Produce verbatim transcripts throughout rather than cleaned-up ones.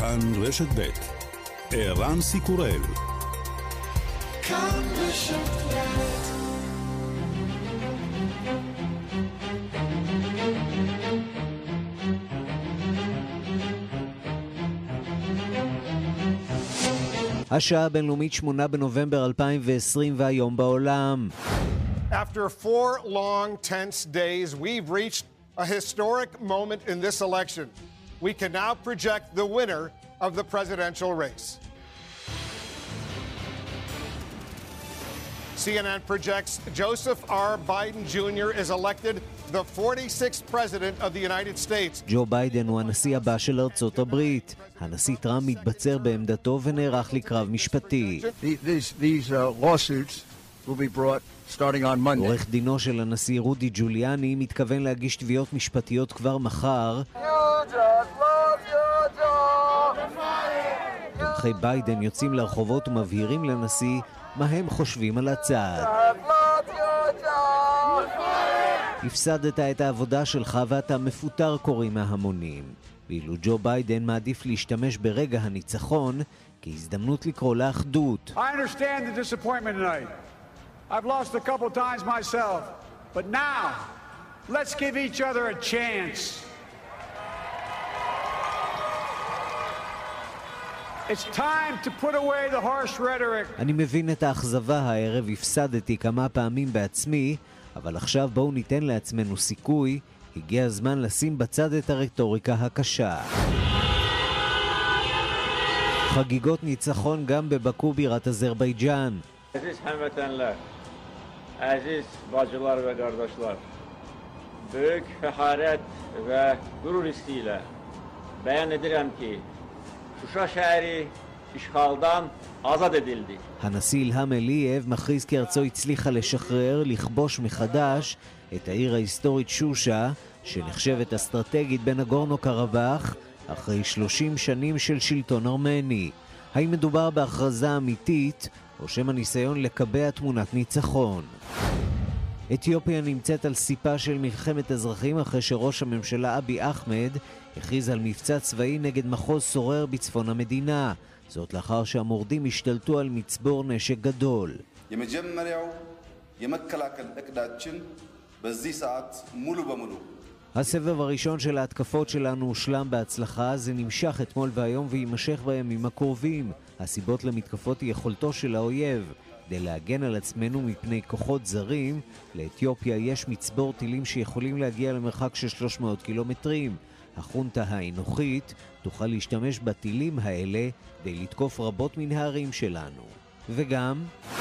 כאן רשת ב' ערן סיקורל. כאן רשת ב'. השעה הבינלאומית שמונה בנובמבר אלפיים ועשרים והיום בעולם. After four long tense days, we've reached a historic moment in this election. We can now project the winner of the presidential race. C N N projects Joseph R. Biden Junior is elected the forty-sixth president of the United States. ג'ו ביידן הוא הנשיא הבא של ארצות הברית. הנשיא טראמפ מתבצר בעמדתו ונערך לקרב משפטי. These, these uh, lawsuits will be brought starting on Monday. עורך דינו של הנשיא רודי ג'וליאני מתכוון להגיש תביעות משפטיות כבר מחר. תומכי ביידן יוצאים לרחובות ומבהירים לנשיא מה הם חושבים על הצעד. הפסדת את העבודה שלך ואתה מפוטר, קוראים מההמונים. ואילו ג'ו ביידן מעדיף להשתמש ברגע הניצחון כהזדמנות לקרוא לאחדות. I understand the disappointment tonight. I've lost a couple times myself. But now, let's give each other a chance. It's time to put away the harsh rhetoric. אני מבין את האכזבה, הערב הפסדתי כמה פעמים בעצמי, אבל עכשיו בואו ניתן לעצמנו סיכוי. הגיע הזמן לשים בצד את הרטוריקה הקשה. חגיגות ניצחון גם בבאקו בירת אזרבייג'אן. Aziz həmvətənlər, əziz bacılar və qardaşlar, böyük fəxarət və qürur hissi ilə bəyan edirəm ki, Şuşa şəhəri işğaldan azad edildi. הנשיא אילהאם אליייב מכריז כי ארצו הצליחה לשחרר, לכבוש מחדש את העיר ההיסטורית שושה, שנחשבת אסטרטגית בנגורנו קרבאח, אחרי שלושים שנים של שלטון ארמני. האם מדובר בהכרזה אמיתית, או שם הניסיון לקבע תמונת ניצחון? אתיופיה נמצאת על סיפה של מלחמת אזרחים אחרי שראש הממשלה אבי אחמד הכריז על מבצע צבאי נגד מחוז סורר בצפון המדינה. זאת לאחר שהמורדים השתלטו על מצבור נשק גדול. የመጀመሪያው የመከላከል እቅዳችን በዚህ ሰዓት ሙሉ በሙሉ הסבב הראשון של ההתקפות שלנו הושלם בהצלחה. זה נמשך אתמול והיום ויימשך בימים הקרובים. הסיבות למתקפות היא יכולתו של האויב. כדי להגן על עצמנו מפני כוחות זרים, לאתיופיה יש מצבור טילים שיכולים להגיע למרחק של שלוש מאות קילומטרים. החונטה האנוכית תוכל להשתמש בטילים האלה כדי לתקוף רבות מן הערים שלנו. וגם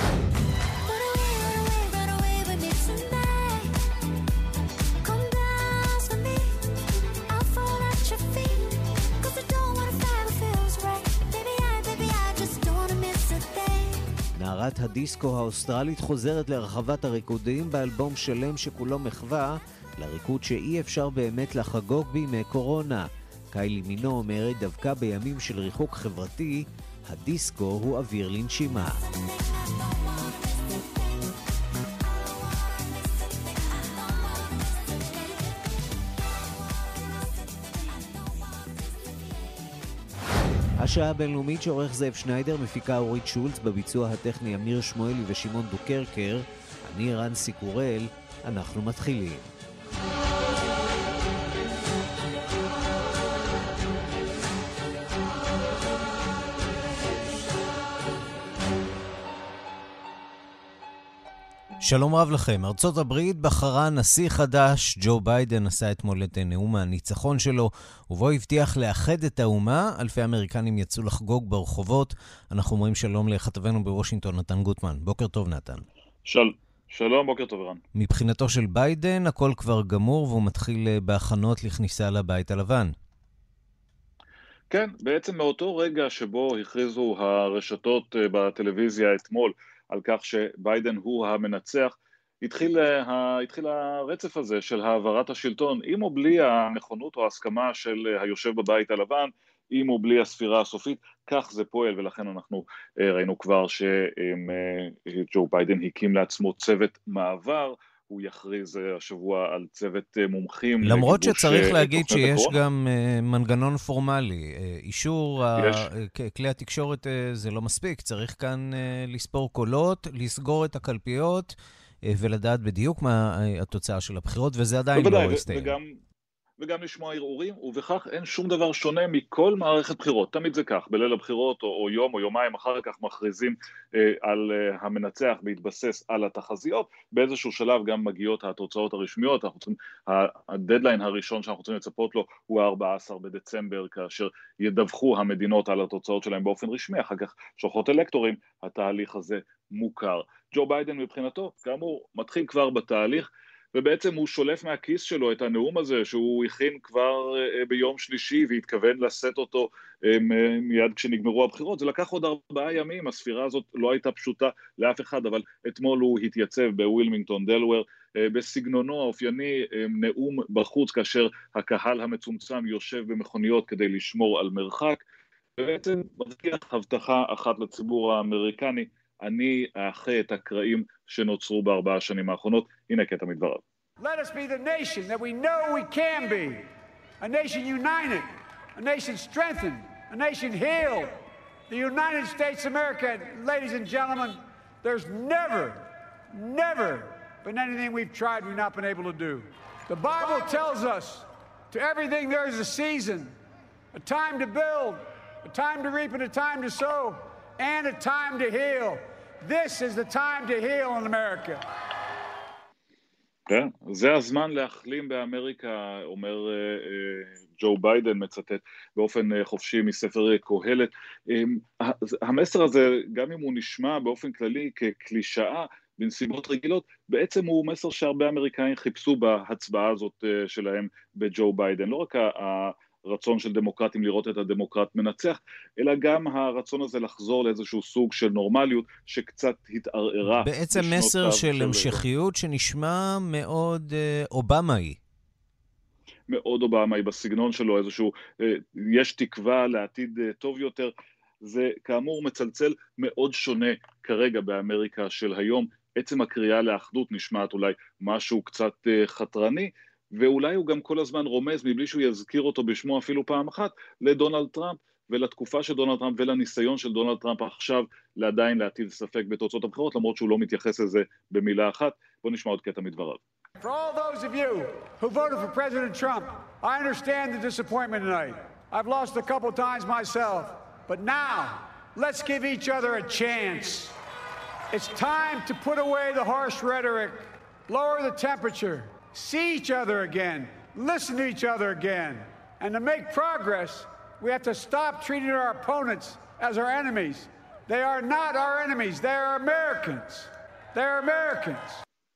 נערת הדיסקו האוסטרלית חוזרת לרחבת הריקודים באלבום שלם שכולו מחווה לריקוד שאי אפשר באמת לחגוג בימי קורונה. קיילי מינו אומרת, דווקא בימים של ריחוק חברתי, הדיסקו הוא אוויר לנשימה. השעה הבינלאומית שעורך זאב שניידר, מפיקה אורית שולץ, בביצוע הטכני אמיר שמואלי ושמעון דוקרקר. אני ערן סיקורל, אנחנו מתחילים. שלום רב לכם. ארצות הברית בחרה נשיא חדש. ג'ו ביידן עשה אתמול את נאום הניצחון שלו, ובו הבטיח לאחד את האומה. אלפי אמריקנים יצאו לחגוג ברחובות. אנחנו אומרים שלום לכתבנו בוושינגטון, נתן גוטמן. בוקר טוב נתן. של... שלום, בוקר טוב רן. מבחינתו של ביידן הכל כבר גמור, והוא מתחיל בהכנות לכניסה לבית הלבן. כן, בעצם מאותו רגע שבו הכריזו הרשתות בטלוויזיה אתמול על כך שביידן הוא המנצח, התחיל, התחיל הרצף הזה של העברת השלטון, עם או בלי הנכונות או ההסכמה של היושב בבית הלבן, עם או בלי הספירה הסופית, כך זה פועל, ולכן אנחנו ראינו כבר שג'ו ביידן הקים לעצמו צוות מעבר, הוא יכריז השבוע על צוות מומחים. למרות שצריך להגיד שיש גם מנגנון פורמלי. אישור כלי התקשורת זה לא מספיק. צריך כאן לספור קולות, לסגור את הקלפיות, ולדעת בדיוק מה התוצאה של הבחירות, וזה עדיין לא הסתיים. וגם... וגם לשמוע ערעורים, ובכך אין שום דבר שונה מכל מערכת בחירות. תמיד זה כך, בליל הבחירות או, או יום או יומיים אחר כך מכריזים אה, על אה, המנצח בהתבסס על התחזיות, באיזשהו שלב גם מגיעות התוצאות הרשמיות, אנחנו צריכים, הדדליין הראשון שאנחנו צריכים לצפות לו הוא ה-ארבעה עשר בדצמבר, כאשר ידווחו המדינות על התוצאות שלהם באופן רשמי, אחר כך שולחות אלקטורים, התהליך הזה מוכר. ג'ו ביידן מבחינתו, כאמור, מתחיל כבר בתהליך, ובעצם הוא שולף מהכיס שלו את הנאום הזה שהוא הכין כבר ביום שלישי והתכוון לשאת אותו מיד כשנגמרו הבחירות. זה לקח עוד ארבעה ימים, הספירה הזאת לא הייתה פשוטה לאף אחד, אבל אתמול הוא התייצב בווילמינגטון, דלוור, בסגנונו האופייני, נאום בחוץ כאשר הקהל המצומצם יושב במכוניות כדי לשמור על מרחק, ובעצם מבטיח הבטחה אחת לציבור האמריקני, אני אאחה את הקרעים שנוצרו בארבעה השנים האחרונות. הנה קטע מדבריו. Let us be the nation that we know we can be. A nation united, a nation strengthened, a nation healed. The United States of America, ladies and gentlemen, there's never, never been anything we've tried we've not been able to do. The Bible tells us to everything there is a season, a time to build, a time to reap and a time to sow. And a time to heal. This is the time to heal in America. כן, זה הזמן להחלים באמריקה, אומר ג'ו ביידן, מצטט באופן חופשי מספר קהלת. המסר הזה, גם אם הוא נשמע באופן כללי כקלישאה בנסיבות רגילות, בעצם הוא מסר שהרבה אמריקאים חיפשו בהצבעה הזאת שלהם בג'ו ביידן. לא רק ה... רצון של דמוקרטים לראות את הדמוקרט מנצח, אלא גם הרצון הזה לחזור לאיזשהו סוג של נורמליות שקצת התערערה. בעצם מסר של, של המשכיות שנשמע מאוד אה, אובמאי. מאוד אובמאי בסגנון שלו, איזשהו, אה, יש תקווה לעתיד אה, טוב יותר. זה כאמור מצלצל מאוד שונה כרגע באמריקה של היום. עצם הקריאה לאחדות נשמעת אולי משהו קצת אה, חתרני, ואולי הוא גם כל הזמן רומז, מבלי שהוא יזכיר אותו בשמו אפילו פעם אחת, לדונלד טראמפ ולתקופה של דונלד טראמפ ולניסיון של דונלד טראמפ עכשיו לעדיין להטיל ספק בתוצאות הבחירות, למרות שהוא לא מתייחס לזה במילה אחת. בואו נשמע עוד קטע מדבריו. For all those of you who voted for President Trump, I understand the disappointment tonight. I've lost a couple times myself, but now let's give each other a chance. It's time to put away the harsh rhetoric, lower the temperature, see each other again, listen to each other again. And to make progress, we have to stop treating our opponents as our enemies. They are not our enemies, they are Americans. They are Americans.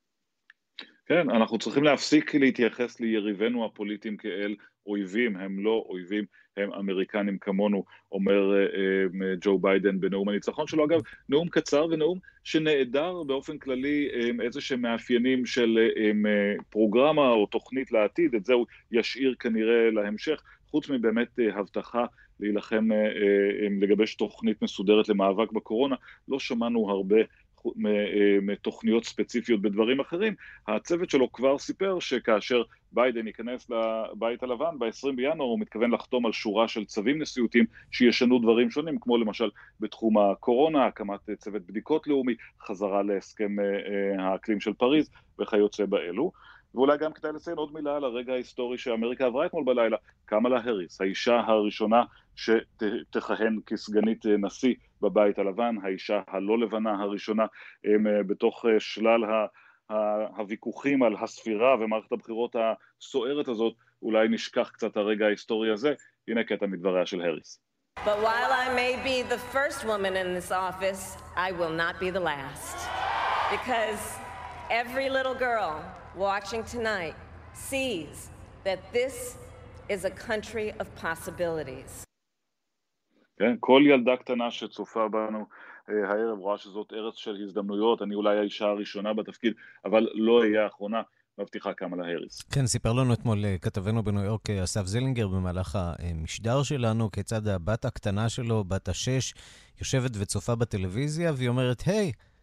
כן, אנחנו צריכים להפסיק להתייחס ליריבינו הפוליטיים כאל אויבים, הם לא אויבים, הם אמריקנים כמונו, אומר אה, ג'ו ביידן בנאום הניצחון שלו. אגב, נאום קצר ונאום שנעדר באופן כללי אה, איזה שמאפיינים של אה, פרוגרמה או תוכנית לעתיד, את זה הוא ישאיר כנראה להמשך, חוץ מבאמת אה, הבטחה להילחם, אה, אה, לגבש תוכנית מסודרת למאבק בקורונה. לא שמענו הרבה מתוכניות ספציפיות בדברים אחרים. הצוות שלו כבר סיפר שכאשר ביידן ייכנס לבית הלבן ב-עשרים בינואר הוא מתכוון לחתום על שורה של צווים נשיאותיים שישנו דברים שונים, כמו למשל בתחום הקורונה, הקמת צוות בדיקות לאומי, חזרה להסכם האקלים של פריז וכיוצא באלו. ואולי גם כדאי לציין עוד מילה על הרגע ההיסטורי שאמריקה עברה אתמול בלילה. קמלה האריס, האישה הראשונה שתכהן כסגנית נשיא בבית הלבן, האישה הלא לבנה הראשונה, בתוך שלל הוויכוחים על הספירה ומערכת הבחירות הסוערת הזאת, אולי נשכח קצת הרגע ההיסטורי הזה. הנה קטע מדבריה של האריס. But while I may be the first woman in this office, I will not be the last. Because every little girl watching tonight sees that this is a country of possibilities. כן, כל ילדה קטנה שצופה בנו הערב רואה שזאת ארץ של הזדמנויות. אני אולי האישה הראשונה בתפקיד, אבל לא אהיה האחרונה, מבטיחה קמלה האריס. כן, סיפר לנו אתמול כתבנו בניו יורק אסף זלינגר במהלך המשדר שלנו, כיצד הבת הקטנה שלו, בת השש, יושבת וצופה בטלוויזיה, והיא אומרת, היי,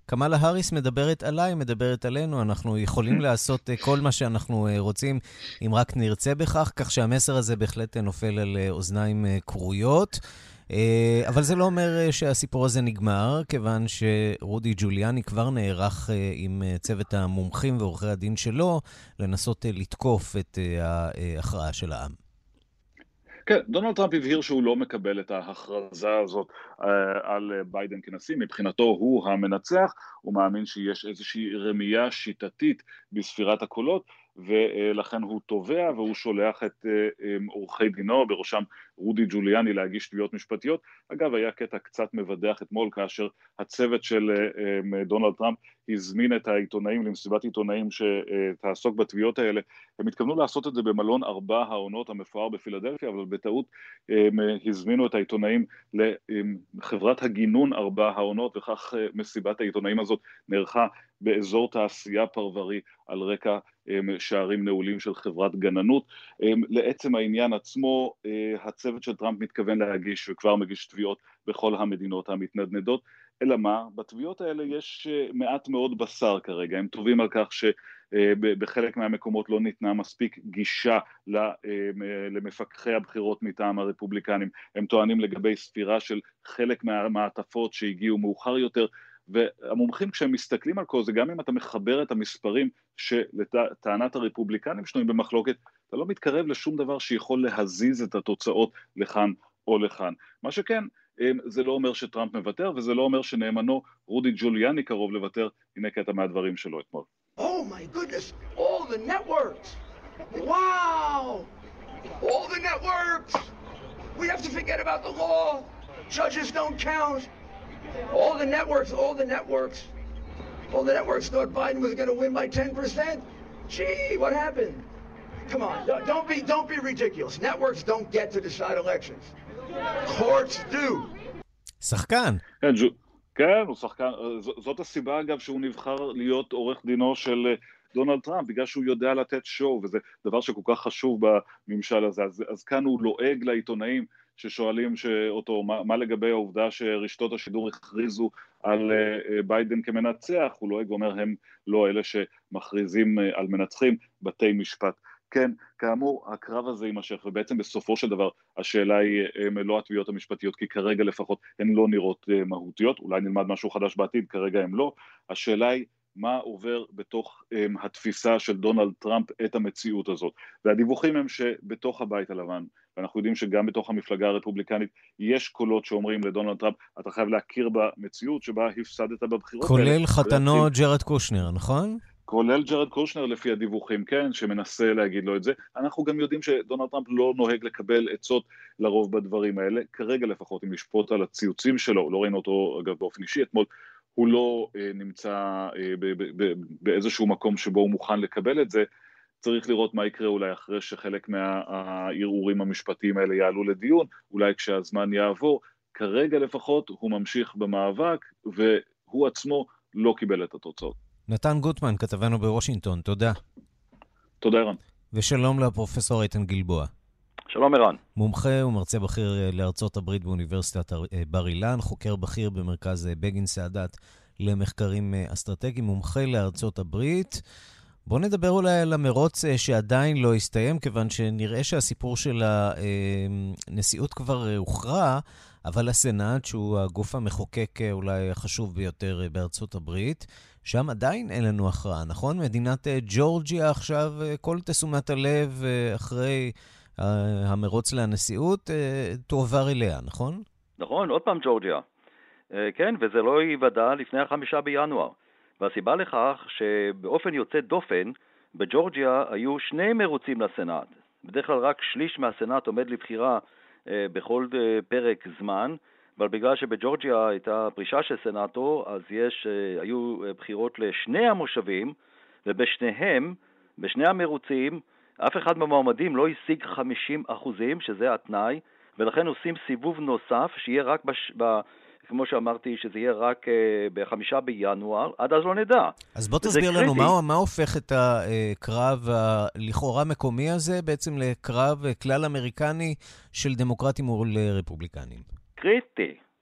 קמאלה האריס מדברת עליי, מדברת עלינו, אנחנו יכולים לעשות כל מה שאנחנו רוצים, אם רק נרצה בכך, כך שהמסר הזה בהחלט נופל על אוזניים קרויות. אבל זה לא אומר שהסיפור הזה נגמר, כיוון שרודי ג'וליאני כבר נערך עם צוות המומחים ועורכי הדין שלו לנסות לתקוף את ההכרעה של העם. כן, דונלד טראמפ הבהיר שהוא לא מקבל את ההכרזה הזאת על ביידן כנשיא, מבחינתו הוא המנצח, הוא מאמין שיש איזושהי רמייה שיטתית בספירת הקולות, ולכן הוא תובע והוא שולח את עורכי דינו, בראשם רודי ג'וליאני, להגיש תביעות משפטיות. אגב, היה קטע קצת מבדח אתמול, כאשר הצוות של דונלד טראמפ הזמין את העיתונאים למסיבת עיתונאים שתעסוק בתביעות האלה. הם התכוונו לעשות את זה במלון ארבע העונות המפואר בפילדלפיה, אבל בטעות הם הזמינו את העיתונאים לחברת הגינון ארבע העונות, וכך מסיבת העיתונאים הזאת נערכה באזור תעשייה פרברי על רקע שערים נעולים של חברת גננות. לעצם העניין עצמו, הצוות של טראמפ מתכוון להגיש וכבר מגיש תביעות בכל המדינות המתנדנדות, אלא מה? בתביעות האלה יש מעט מאוד בשר כרגע. הם טובים על כך שבחלק מהמקומות לא ניתנה מספיק גישה למפקחי הבחירות מטעם הרפובליקנים. הם טוענים לגבי ספירה של חלק מהמעטפות שהגיעו מאוחר יותר, והמומחים כשהם מסתכלים על כל זה, גם אם אתה מחבר את המספרים שלטענת הרפובליקנים שנויים במחלוקת, אתה לא מתקרב לשום דבר שיכול להזיז את התוצאות לכאן או לכאן. מה שכן, זה לא אומר שטראמפ מוותר, וזה לא אומר שנאמנו רודי ג'וליאני קרוב לוותר. הנה קטע מהדברים שלו אתמול. Oh my goodness, all the networks. Wow! All the networks. We have to forget about the law. Judges don't count. All the networks, all the networks. All the networks thought Biden was going to win by ten percent. Gee, what happened? Come on, don't be don't be ridiculous. Networks don't get to decide elections. Courts do. שחקן. כן, כן, הוא שחקן. זאת הסיבה אגב שהוא נבחר להיות עורך דינו של דונלד טראמפ, בגלל שהוא יודע לתת שואו, וזה דבר שכל כך חשוב בממשל הזה. אז, אז כאן הוא לועג לעיתונאים ששואלים אותו, מה, מה לגבי העובדה שרשתות השידור הכריזו על ביידן כמנצח, הוא לועג ואומר, הם לא אלה שמכריזים על מנצחים, בתי משפט. כן, כאמור, הקרב הזה יימשך, ובעצם בסופו של דבר, השאלה היא לא התביעות המשפטיות, כי כרגע לפחות הן לא נראות מהותיות, אולי נלמד משהו חדש בעתיד, כרגע הן לא. השאלה היא, מה עובר בתוך um, התפיסה של דונלד טראמפ את המציאות הזאת. והדיווחים הם שבתוך הבית הלבן, ואנחנו יודעים שגם בתוך המפלגה הרפובליקנית, יש קולות שאומרים לדונלד טראמפ, אתה חייב להכיר במציאות שבה הפסדת בבחירות. כולל האלה, חתנו ג'רד קושנר, נכון? כולל ג'רד קושנר לפי הדיווחים, כן, שמנסה להגיד לו את זה. אנחנו גם יודעים שדונלד טראמפ לא נוהג לקבל עצות לרוב בדברים האלה, כרגע לפחות אם לשפוט על הציוצים שלו, לא ראינו אותו אגב באופן אישי אתמול, הוא לא אה, נמצא אה, ב- ב- ב- באיזשהו מקום שבו הוא מוכן לקבל את זה. צריך לראות מה יקרה אולי אחרי שחלק מהערעורים המשפטיים האלה יעלו לדיון, אולי כשהזמן יעבור. כרגע לפחות הוא ממשיך במאבק, והוא עצמו לא קיבל את התוצאות. נתן גוטמן, כתבנו בוושינגטון, תודה. תודה ערן. ושלום לפרופסור איתן גלבוע. שלום ערן. מומחה ומרצה בכיר לארצות הברית באוניברסיטת בר אילן, חוקר בכיר במרכז בגין סעדת למחקרים אסטרטגיים, מומחה לארצות הברית. בואו נדבר אולי על המרוץ שעדיין לא הסתיים, כיוון שנראה שהסיפור של הנשיאות כבר הוכרע, אבל הסנאט, שהוא הגוף המחוקק אולי החשוב ביותר בארצות הברית, שם עדיין אין לנו הכרעה, נכון? מדינת ג'ורג'יה עכשיו, כל תשומת הלב אחרי המרוץ לנשיאות תועבר אליה, נכון? נכון, עוד פעם ג'ורג'יה. כן, וזה לא ייוודע לפני החמישה בינואר. והסיבה לכך שבאופן יוצא דופן, בג'ורג'יה היו שני מרוצים לסנאט. בדרך כלל רק שליש מהסנאט עומד לבחירה בכל פרק זמן, אבל בגלל שבג'ורג'יה הייתה פרישה של סנאטור, אז יש, היו בחירות לשני המושבים, ובשניהם, בשני המרוצים, אף אחד מהמועמדים לא השיג חמישים אחוזים, שזה התנאי, ולכן עושים סיבוב נוסף, שיהיה רק, בש... ב... כמו שאמרתי, שזה יהיה רק uh, בחמישה בינואר, עד אז לא נדע. אז בוא תסביר לנו, מה, מה הופך את הקרב הלכאורה מקומי הזה, בעצם לקרב כלל אמריקני של דמוקרטים מול רפובליקנים? קריטי.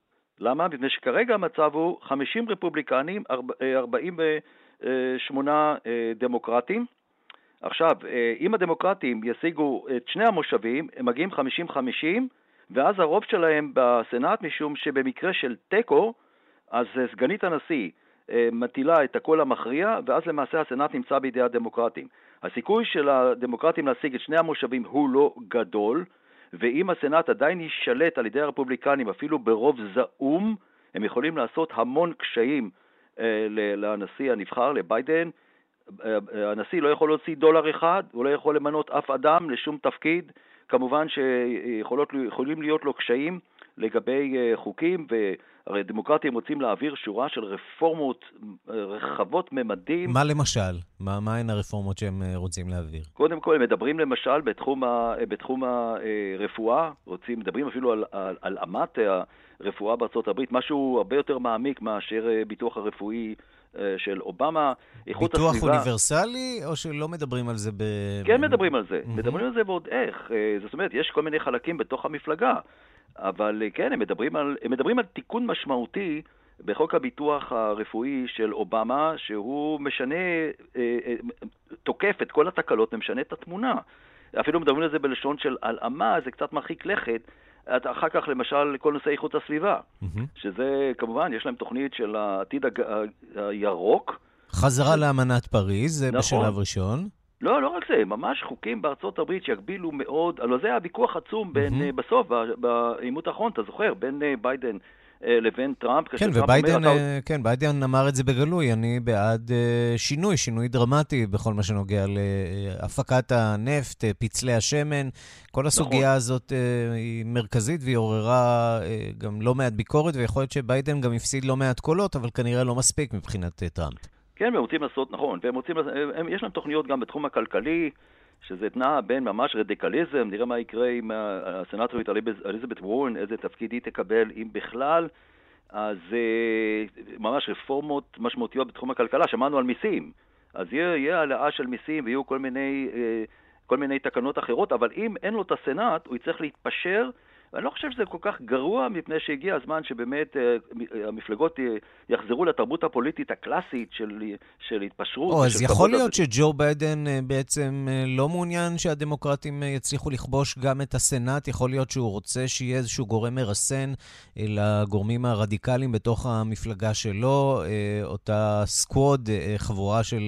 למה? מפני שכרגע המצב הוא חמישים רפובליקנים, ארבעים ושמונה דמוקרטים. עכשיו, אם הדמוקרטים ישיגו את שני המושבים, הם מגיעים חמישים חמישים, ואז הרוב שלהם בסנאט, משום שבמקרה של טקו, אז סגנית הנשיא מטילה את הקול המכריע, ואז למעשה הסנאט נמצא בידי הדמוקרטים. הסיכוי של הדמוקרטים להשיג את שני המושבים הוא לא גדול, ואם הסנאט עדיין יישלט על ידי הרפובליקנים, אפילו ברוב זעום, הם יכולים לעשות המון קשיים לנשיא הנבחר, לביידן. הנשיא לא יכול להוציא דולר אחד, הוא לא יכול למנות אף אדם לשום תפקיד. כמובן שיכולים להיות לו קשיים לגבי חוקים, והרי הדמוקרטים רוצים להעביר שורה של רפורמות רחבות ממדים. מה למשל? מה, מה הן הרפורמות שהם רוצים להעביר? קודם כל, הם מדברים למשל בתחום, ה, בתחום הרפואה, רוצים, מדברים אפילו על, על, על אמת הרפואה בארצות הברית, משהו הרבה יותר מעמיק מאשר ביטוח הרפואי של אובמה. ביטוח הסביבה. אוניברסלי, או שלא מדברים על זה ב... כן, מדברים על זה. Mm-hmm. מדברים על זה ועוד איך. זאת אומרת, יש כל מיני חלקים בתוך המפלגה, אבל כן, הם מדברים על, הם מדברים על תיקון משמעותי בחוק הביטוח הרפואי של אובמה, שהוא משנה, תוקף את כל התקלות, משנה את התמונה. אפילו מדברים על זה בלשון של הלאמה, זה קצת מרחיק לכת. אחר כך למשל כל נושא איכות הסביבה, mm-hmm. שזה כמובן יש להם תוכנית של העתיד הג... הירוק. חזרה ש... לאמנת פריז, זה נכון. בשלב ראשון. לא, לא רק זה, ממש חוקים בארצות הברית שיגבילו מאוד, אבל זה היה ויכוח עצום בין, mm-hmm. בסוף, בעימות האחרון, אתה זוכר, בין ביידן לבין טראמפ. כן, וביידן, אומר, כן, ביידן אמר את זה בגלוי, אני בעד שינוי, שינוי דרמטי בכל מה שנוגע להפקת הנפט, פצלי השמן, כל הסוגיה נכון. הזאת היא מרכזית והיא עוררה גם לא מעט ביקורת, ויכול להיות שביידן גם הפסיד לא מעט קולות, אבל כנראה לא מספיק מבחינת טראמפ. כן, והם רוצים לעשות, נכון, והם רוצים, הם, יש להם תוכניות גם בתחום הכלכלי, שזה תנאה בין ממש רדיקליזם, נראה מה יקרה עם הסנטורית אליזבת וורן, איזה תפקיד היא תקבל, אם בכלל, אז ממש רפורמות משמעותיות בתחום הכלכלה, שמענו על מיסים, אז יהיה, יהיה העלאה של מיסים ויהיו כל מיני, כל מיני תקנות אחרות, אבל אם אין לו את הסנאט, הוא יצטרך להתפשר, ואני לא חושב שזה כל כך גרוע, מפני שהגיע הזמן שבאמת המפלגות יחזרו לתרבות הפוליטית הקלאסית של, של התפשרות. או, אז יכול להיות שג'ו ביידן בעצם לא מעוניין שהדמוקרטים יצליחו לכבוש גם את הסנאט, יכול להיות שהוא רוצה שיהיה איזשהו גורם מרסן לגורמים הרדיקליים בתוך המפלגה שלו, אותה סקווד, חבורה של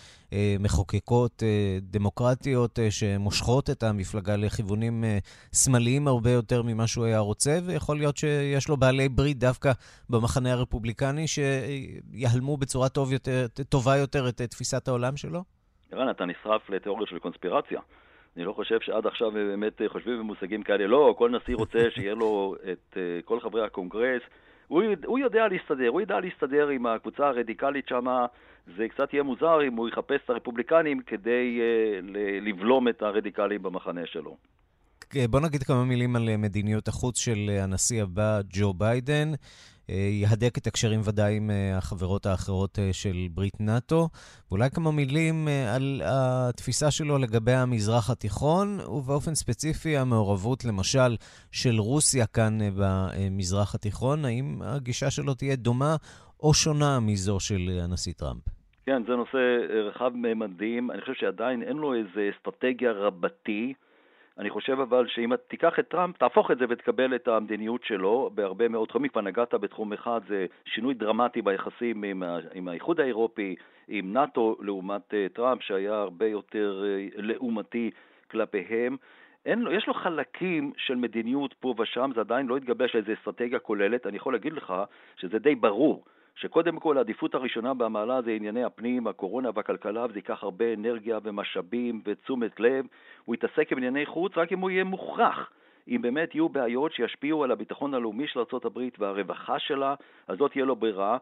מחוקקות דמוקרטיות שמושכות את המפלגה לכיוונים שמאליים הרבה יותר ממה שהוא היה רוצה, ויכול להיות שיש לו בעלי ברית דווקא במחנה הרפובליקני שיהלמו בצורה טוב יותר, טובה יותר את תפיסת העולם שלו? ערן, אתה נשרף לתיאוריה של קונספירציה. אני לא חושב שעד עכשיו באמת חושבים במושגים כאלה. לא, כל נשיא רוצה שיהיה לו את כל חברי הקונגרס. הוא, הוא יודע להסתדר, הוא יודע להסתדר עם הקבוצה הרדיקלית שמה. זה קצת יהיה מוזר אם הוא יחפש את הרפובליקנים כדי uh, לבלום את הרדיקלים במחנה שלו. בוא נגיד כמה מילים על מדיניות החוץ של הנשיא הבא, ג'ו ביידן. יהדק את הקשרים ודאי עם החברות האחרות של ברית נאטו, ואולי כמה מילים על התפיסה שלו לגבי המזרח התיכון, ובאופן ספציפי המעורבות למשל של רוסיה כאן במזרח התיכון. האם הגישה שלו תהיה דומה או שונה מזו של הנשיא טראמפ? כן, זה נושא רחב ממדים. אני חושב שעדיין אין לו איזה אסטרטגיה רבתי. אני חושב אבל שאם תיקח את טראמפ, תהפוך את זה ותקבל את המדיניות שלו בהרבה מאוד תחומים. כבר נגעת בתחום אחד, זה שינוי דרמטי ביחסים עם, עם האיחוד האירופי, עם נאטו, לעומת טראמפ, שהיה הרבה יותר לעומתי כלפיהם. אין לו, יש לו חלקים של מדיניות פה ושם, זה עדיין לא התגבש איזו אסטרטגיה כוללת. אני יכול להגיד לך שזה די ברור. שקודם כל העדיפות הראשונה במעלה זה ענייני הפנים, הקורונה והכלכלה, וזה ייקח הרבה אנרגיה ומשאבים ותשומת לב. הוא יתעסק עם ענייני חוץ רק אם הוא יהיה מוכרח. אם באמת יהיו בעיות שישפיעו על הביטחון הלאומי של ארצות הברית והרווחה שלה, אז זאת תהיה לו ברירה.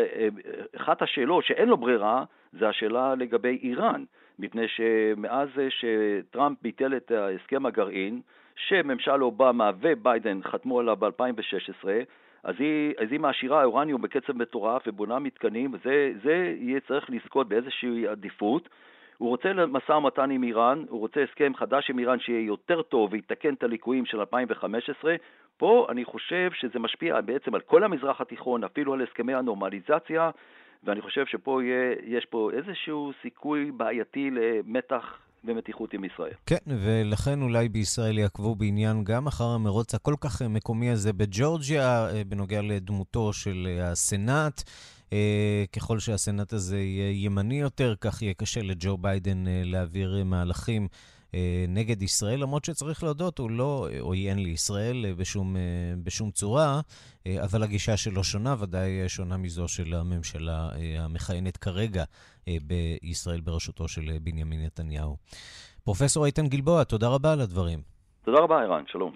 ואחת השאלות שאין לו ברירה זה השאלה לגבי איראן, מפני שמאז שטראמפ ביטל את הסכם הגרעין, שממשל אובמה וביידן חתמו עליו ב-אלפיים ושש עשרה, אז היא, אז היא מעשירה אורניום בקצב מטורף ובונה מתקנים, וזה זה יהיה צריך לזכות באיזושהי עדיפות. הוא רוצה משא ומתן עם איראן, הוא רוצה הסכם חדש עם איראן שיהיה יותר טוב ויתקן את הליקויים של אלפיים וחמש עשרה, פה אני חושב שזה משפיע בעצם על כל המזרח התיכון, אפילו על הסכמי הנורמליזציה, ואני חושב שפה יהיה, יש פה איזשהו סיכוי בעייתי למתח ומתיחות עם ישראל. כן, ולכן אולי בישראל יעקבו בעניין גם אחר המרוץ הכל כך מקומי הזה בג'ורג'יה, בנוגע לדמותו של הסנאט. ככל שהסנאט הזה יהיה ימני יותר, כך יהיה קשה לג'ו ביידן להעביר מהלכים נגד ישראל, למרות שצריך להודות, הוא לא עוין לישראל בשום, בשום צורה, אבל הגישה שלו שונה, ודאי שונה מזו של הממשלה המכהנת כרגע בישראל בראשותו של בנימין נתניהו. פרופסור איתן גלבוע, תודה רבה על הדברים. תודה רבה, ערן, שלום.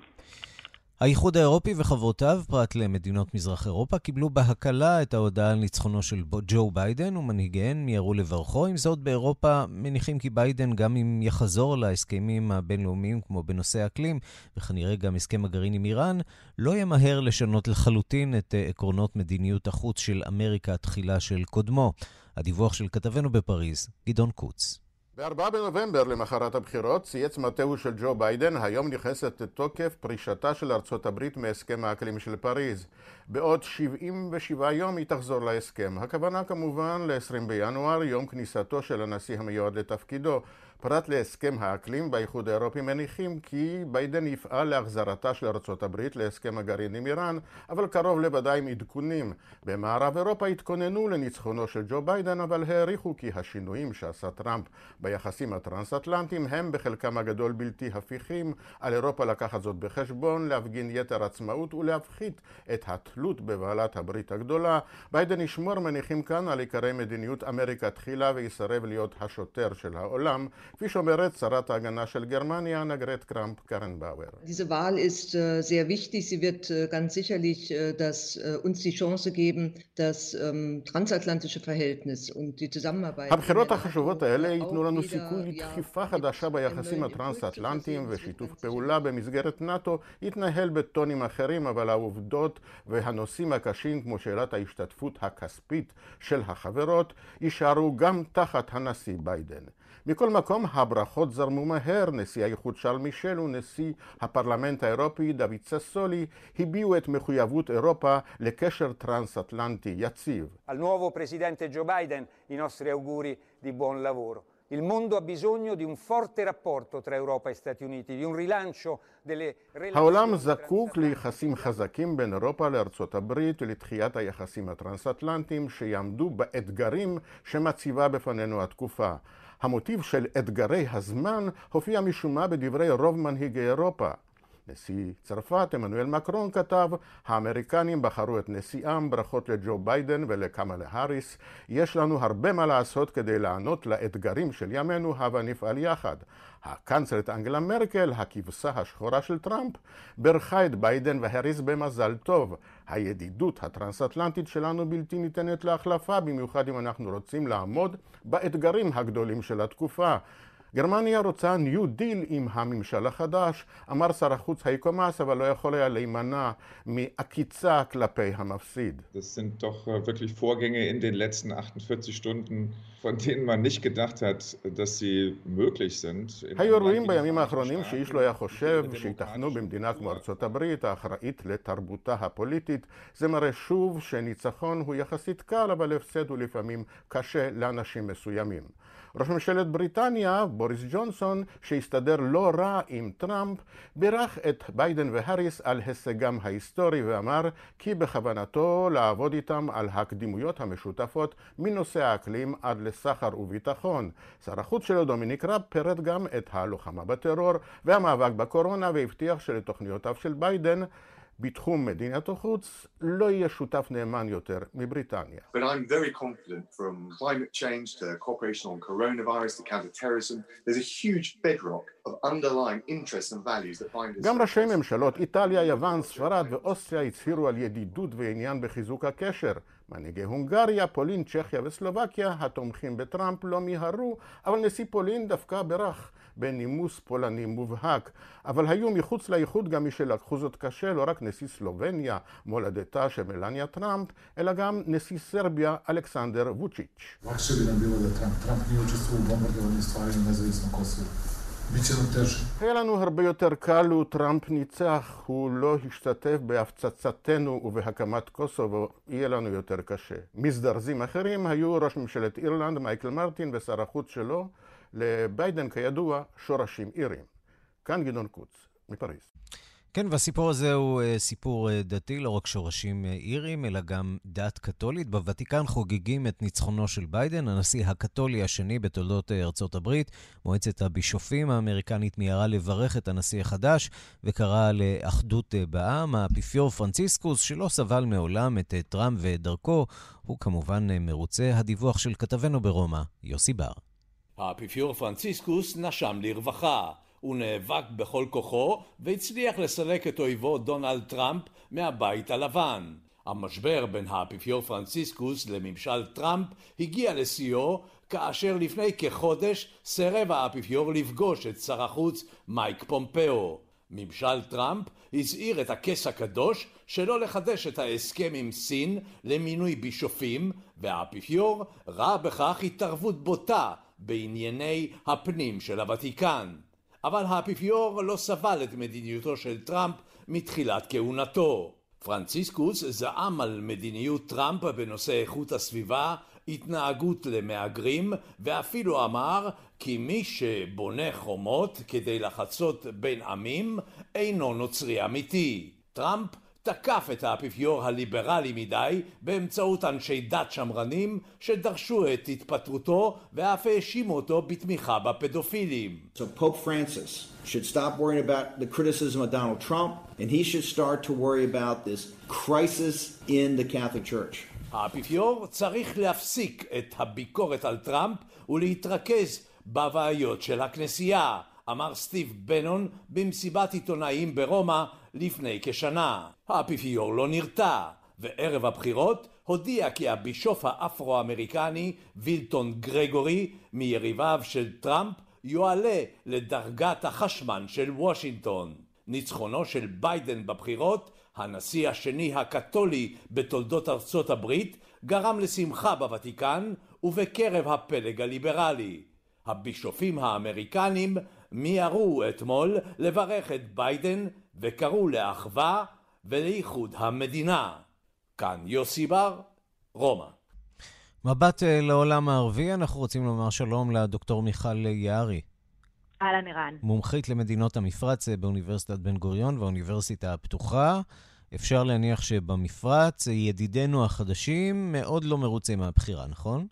האיחוד האירופי וחברותיו, פרט למדינות מזרח אירופה, קיבלו בהקלה את ההודעה על ניצחונו של ג'ו ביידן, ומנהיגיהן מיהרו לברכו. עם זאת, באירופה מניחים כי ביידן, גם אם יחזור להסכמים הבינלאומיים כמו בנושא האקלים, וכנראה גם הסכם הגרעין עם איראן, לא ימהר לשנות לחלוטין את עקרונות מדיניות החוץ של אמריקה התחילה של קודמו. הדיווח של כתבנו בפריז, גדעון קוץ. ב-ארבעה בנובמבר למחרת הבחירות צייץ מטהו של ג'ו ביידן, היום נכנסת לתוקף פרישתה של ארצות הברית מהסכם האקלים של פריז. בעוד שבעים ושבעה יום היא תחזור להסכם. הכוונה כמובן ל-עשרים בינואר, יום כניסתו של הנשיא המיועד לתפקידו. פרט להסכם האקלים באיחוד האירופי מניחים כי ביידן יפעל להחזרתה של ארצות הברית להסכם הגרעין עם איראן, אבל קרוב לוודאי עם עדכונים. במערב אירופה התכוננו לניצחונו של ג'ו ביידן, אבל העריכו כי השינויים שעשה טראמפ ביחסים הטרנס-אטלנטיים הם בחלקם הגדול בלתי הפיכים. על אירופה לקחת זאת בחשבון, להפגין יתר עצמאות ולהפחית את התלות בבעלת הברית הגדולה. ביידן ישמור, מניחים כאן, על עיקרי מדיניות אמריקה תחילה ויסרב להיות השוטר של העולם, כפי שאומרת שרת ההגנה של גרמניה, נגרט קרמפ-קרנבאואר. Diese Wahl ist äh, sehr wichtig. Sie wird äh, ganz sicherlich äh, das, äh, uns die Chance geben, das ähm, transatlantische Verhältnis und die Zusammenarbeit. הבחירות החשובות האלה ייתנו לנו סיכוי לדחיפה חדשה ביחסים הטרנס-אטלנטיים, ושיתוף פעולה במסגרת נאטו יתנהל בטונים אחרים, אבל העובדות והנושאים הקשים כמו שאלת ההשתתפות הכספית של החברות יישארו גם תחת הנשיא ביידן. מכל מקום, הברכות זרמו מהר. נשיא האיחוד שארל מישל ונשיא הפרלמנט האירופי דוד ססולי הביעו את מחויבות אירופה לקשר טרנס-אטלנטי יציב. Al nuovo presidente Joe Biden i nostri auguri di buon lavoro. Il mondo ha bisogno di un forte rapporto tra Europa e Stati Uniti, di un rilancio delle relazioni. העולם זקוק ליחסים חזקים בין אירופה לארצות הברית ולתחיית היחסים הטרנס-אטלנטיים שיעמדו באתגרים שמציבה בפנינו התקופה. המוטיב של אתגרי הזמן הופיע משום מה בדברי רוב מנהיגי אירופה. נשיא צרפת, עמנואל מקרון, כתב, האמריקנים בחרו את נשיאם, ברכות לג'ו ביידן ולקמאלה האריס. יש לנו הרבה מה לעשות כדי לענות לאתגרים של ימינו, הבה נפעל יחד. הקנצלרית אנגלה מרקל, הכבשה השחורה של טראמפ, ברכה את ביידן והאריס במזל טוב. הידידות הטרנס-אטלנטית שלנו בלתי ניתנת להחלפה, במיוחד אם אנחנו רוצים לעמוד באתגרים הגדולים של התקופה. גרמניה רוצה ניו דיל עם הממשל החדש, אמר שר החוץ הייקו מאס, אבל לא יכול היה להימנע מעקיצה כלפי המפסיד. Das sind doch wirklich Vorgänge in den letzten achtundvierzig Stunden, von denen man nicht gedacht hat, dass sie möglich sind. היו רואים בימים האחרונים שאיש לא היה חושב שיתכנו במדינה כמו ארצות הברית, האחראית לתרבותה הפוליטית. זה מראה שוב שניצחון הוא יחסית קל, אבל הפסד הוא לפעמים קשה לאנשים מסוימים. ראש ממשלת בריטניה, בוריס ג'ונסון, שהסתדר לא רע עם טראמפ, בירך את ביידן והאריס על הישגם ההיסטורי ואמר כי בכוונתו לעבוד איתם על הקדימויות המשותפות מנושא האקלים עד לסחר וביטחון. שר החוץ שלו דומיניק ראב פירט גם את הלוחמה בטרור והמאבק בקורונה, והבטיח שלתוכניותיו של ביידן בתחום מדינת החוץ לא יהיה שותף נאמן יותר מבריטניה. But I'm very confident from climate change to cooperation on coronavirus to counter-terrorism. There's a huge bedrock of underlying interests and values that bind us. גם ראשי ממשלות איטליה, יוון, ספרד ואוסטריה הצהירו על ידידות ועניין בחיזוק הקשר. מנהיגי הונגריה, פולין, צ'כיה וסלובקיה התומכים בטראמפ לא מיהרו, אבל נשיא פולין דווקא ברך בנימוס פולני מובהק. אבל היו מחוץ לאיחוד גם מי שלקחו זאת קשה, לא רק נשיא סלובניה, מולדתה של מלניה טראמפ, אלא גם נשיא סרביה, אלכסנדר ווצ'יץ'. Lakše bi nam bilo da Trump, Trump nije učestvovao u bombardovanju stvaranja nezavisnog Kosova. היה לנו הרבה יותר קל לו טראמפ ניצח, הוא לא השתתף בהפצצתנו ובהקמת קוסובו, יהיה לנו יותר קשה. מזדרזים אחרים היו ראש ממשלת אירלנד, מייקל מרטין ושר החוץ שלו, לביידן כידוע שורשים אירים. כאן גדעון קוץ, מפריז. כן, והסיפור הזה הוא סיפור דתי, לא רק שורשים אירים, אלא גם דת קתולית. בוותיקן חוגגים את ניצחונו של ביידן, הנשיא הקתולי השני בתולדות ארצות הברית. מועצת הבישופים האמריקנית מיהרה לברך את הנשיא החדש, וקרא לאחדות בעם. האפיפיור פרנציסקוס, שלא סבל מעולם את טראמפ ואת דרכו, הוא כמובן מרוצה. הדיווח של כתבנו ברומא, יוסי בר. האפיפיור פרנציסקוס נשם לרווחה. הוא נאבק בכל כוחו והצליח לסלק את אויבו דונלד טראמפ מהבית הלבן. המשבר בין האפיפיור פרנציסקוס לממשל טראמפ הגיע לשיאו כאשר לפני כחודש סירב האפיפיור לפגוש את שר החוץ מייק פומפאו. ממשל טראמפ הזהיר את הכס הקדוש שלא לחדש את ההסכם עם סין למינוי בישופים, והאפיפיור ראה בכך התערבות בוטה בענייני הפנים של הוותיקן. אבל האפיפיור לא סבל את מדיניותו של טראמפ מתחילת כהונתו. פרנציסקוס זעם על מדיניות טראמפ בנושא איכות הסביבה, התנהגות למהגרים, ואפילו אמר כי מי שבונה חומות כדי לחצות בין עמים אינו נוצרי אמיתי. טראמפ תקף את האפיפיור הליברלי מדי באמצעות אנשי דת שמרנים שדרשו את התפטרותו ואף האשימו אותו בתמיכה בפדופילים. So Pope Francis should stop worrying about the criticism of Donald Trump and he should start to worry about this crisis in the Catholic Church. האפיפיור צריך להפסיק את הביקורת על טראמפ ולהתרכז בבעיות של הכנסייה, אמר סטיב בנון במסיבת עיתונאים ברומא לפני כשנה. האפיפיור לא נרתע, וערב הבחירות הודיע כי הבישוף האפרו-אמריקני וילטון גרגורי מיריביו של טראמפ יועלה לדרגת החשמן של וושינגטון. ניצחונו של ביידן בבחירות, הנשיא השני הקתולי בתולדות ארצות הברית, גרם לשמחה בוותיקן ובקרב הפלג הליברלי. הבישופים האמריקנים מיהרו אתמול לברך את ביידן וקראו לאחווה ולאיחוד המדינה. כאן יוסי בר, רומא. מבט לעולם הערבי, אנחנו רוצים לומר שלום לדוקטור מיכל יערי. אהלן ערן. מומחית למדינות המפרץ באוניברסיטת בן גוריון והאוניברסיטה הפתוחה. אפשר להניח שבמפרץ ידידינו החדשים מאוד לא מרוצים מהבחירה, נכון?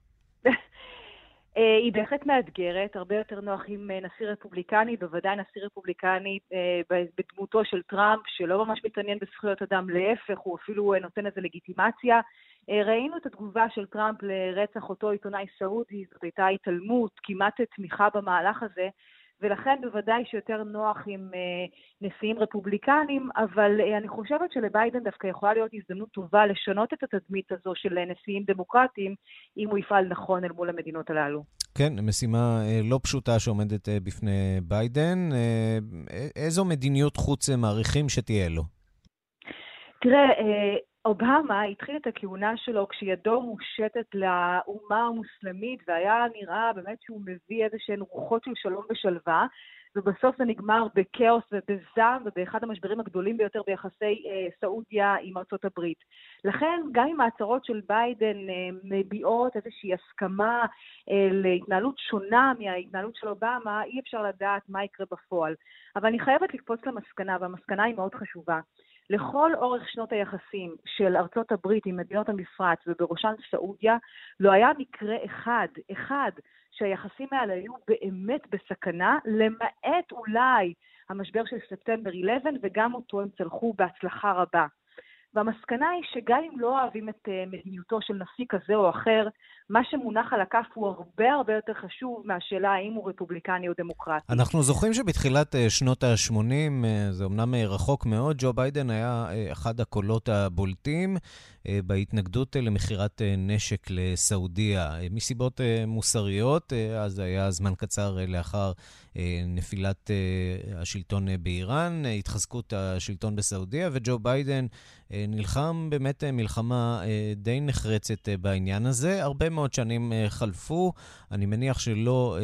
היא בהחלט מאתגרת, הרבה יותר נוח עם נשיא רפובליקני, בוודאי נשיא רפובליקני בדמותו של טראמפ, שלא ממש מתעניין בזכויות אדם, להפך, הוא אפילו נותן איזה לגיטימציה. ראינו את התגובה של טראמפ לרצח אותו עיתונאי סעודי, זאת הייתה התעלמות, כמעט תמיכה במהלך הזה, ולכן בוודאי שיותר נוח עם נשיאים רפובליקנים, אבל אני חושבת שלביידן דווקא יכולה להיות הזדמנות טובה לשנות את התדמית הזו של נשיאים דמוקרטיים, אם הוא יפעל נכון אל מול המדינות הללו. כן, משימה לא פשוטה שעומדת בפני ביידן. איזו מדיניות חוץ מעריכים שתהיה לו? תראה, אובמה התחיל את הכהונה שלו כשידו מושטת לאומה המוסלמית, והיה נראה באמת שהוא מביא איזה שהן רוחות של שלום ושלווה, ובסוף זה נגמר בקאוס ובזעם ובאחד המשברים הגדולים ביותר ביחסי אה, סעודיה עם ארצות הברית. לכן גם אם ההצהרות של ביידן אה, מביעות איזושהי הסכמה אה, להתנהלות שונה מההתנהלות של אובמה, אי אפשר לדעת מה יקרה בפועל. אבל אני חייבת לקפוץ למסקנה, והמסקנה היא מאוד חשובה. לכל אורך שנות היחסים של ארצות הברית עם מדינות המפרץ ובראשן סעודיה, לא היה מקרה אחד, אחד, שהיחסים האלה היו באמת בסכנה, למעט אולי המשבר של ספטמבר אחת עשרה, וגם אותו הם צלחו בהצלחה רבה. והמסקנה היא שגם אם לא אוהבים את מדיניותו של נשיא כזה או אחר, מה שמונח על הכף הוא הרבה הרבה יותר חשוב מהשאלה האם הוא רפובליקני או דמוקרטי. אנחנו זוכרים שבתחילת שנות ה-שמונים, זה אמנם רחוק מאוד, ג'ו ביידן היה אחד הקולות הבולטים בהתנגדות למחירת נשק לסעודיה. מסיבות מוסריות, אז היה זמן קצר לאחר נפילת השלטון באיראן, התחזקות השלטון בסעודיה, וג'ו ביידן נלחם באמת מלחמה די נחרצת בעניין הזה. הרבה מאוד שנים חלפו, אני מניח שלא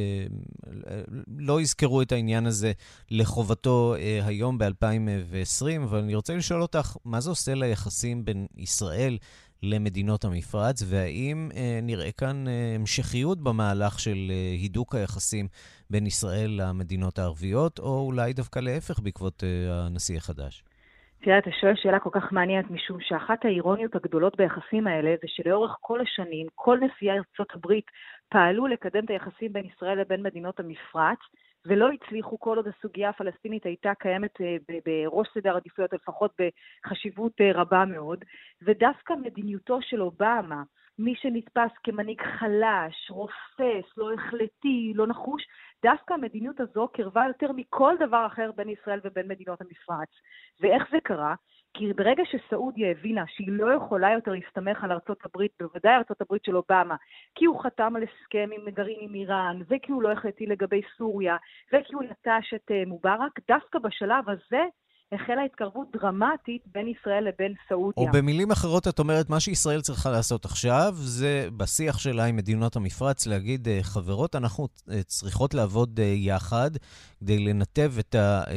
לא יזכרו את העניין הזה לחובתו היום ב-אלפיים ועשרים, אבל אני רוצה לשאול אותך, מה זה עושה ליחסים בין ישראל למדינות המפרץ, והאם אה, נראה כאן אה, המשכיות במהלך של אה, הידוק היחסים בין ישראל למדינות הערביות, או אולי דווקא להפך בעקבות אה, הנשיא החדש? תראה, אתה שואל שאלה כל כך מעניינת, משום שאחת האירוניות הגדולות ביחסים האלה, זה שלאורך כל השנים, כל נשיאי ארצות הברית פעלו לקדם את היחסים בין ישראל לבין מדינות המפרץ, ולא הצליחו כל עוד הסוגיה הפלסטינית הייתה קיימת בראש סדר עדיפויות, לפחות בחשיבות רבה מאוד, ודווקא מדיניותו של אובמה, מי שנתפס כמנהיג חלש, רופס, לא החלטי, לא נחוש, דווקא המדיניות הזו קרבה יותר מכל דבר אחר בין ישראל ובין מדינות המפרץ. ואיך זה קרה? כי ברגע שסעודיה הבינה שהיא לא יכולה יותר להסתמך על ארצות הברית, בוודאי ארצות הברית של אובמה, כי הוא חתם על הסכם עם גרעין עם איראן, וכי הוא לא החלטי לגבי סוריה, וכי הוא נטש את מובארק, דווקא בשלב הזה החלה התקרבות דרמטית בין ישראל לבין סעודיה. או במילים אחרות, את אומרת, מה שישראל צריכה לעשות עכשיו, זה בשיח שלה עם מדינות המפרץ, להגיד, חברות, אנחנו צריכות לעבוד יחד, כדי לנתב את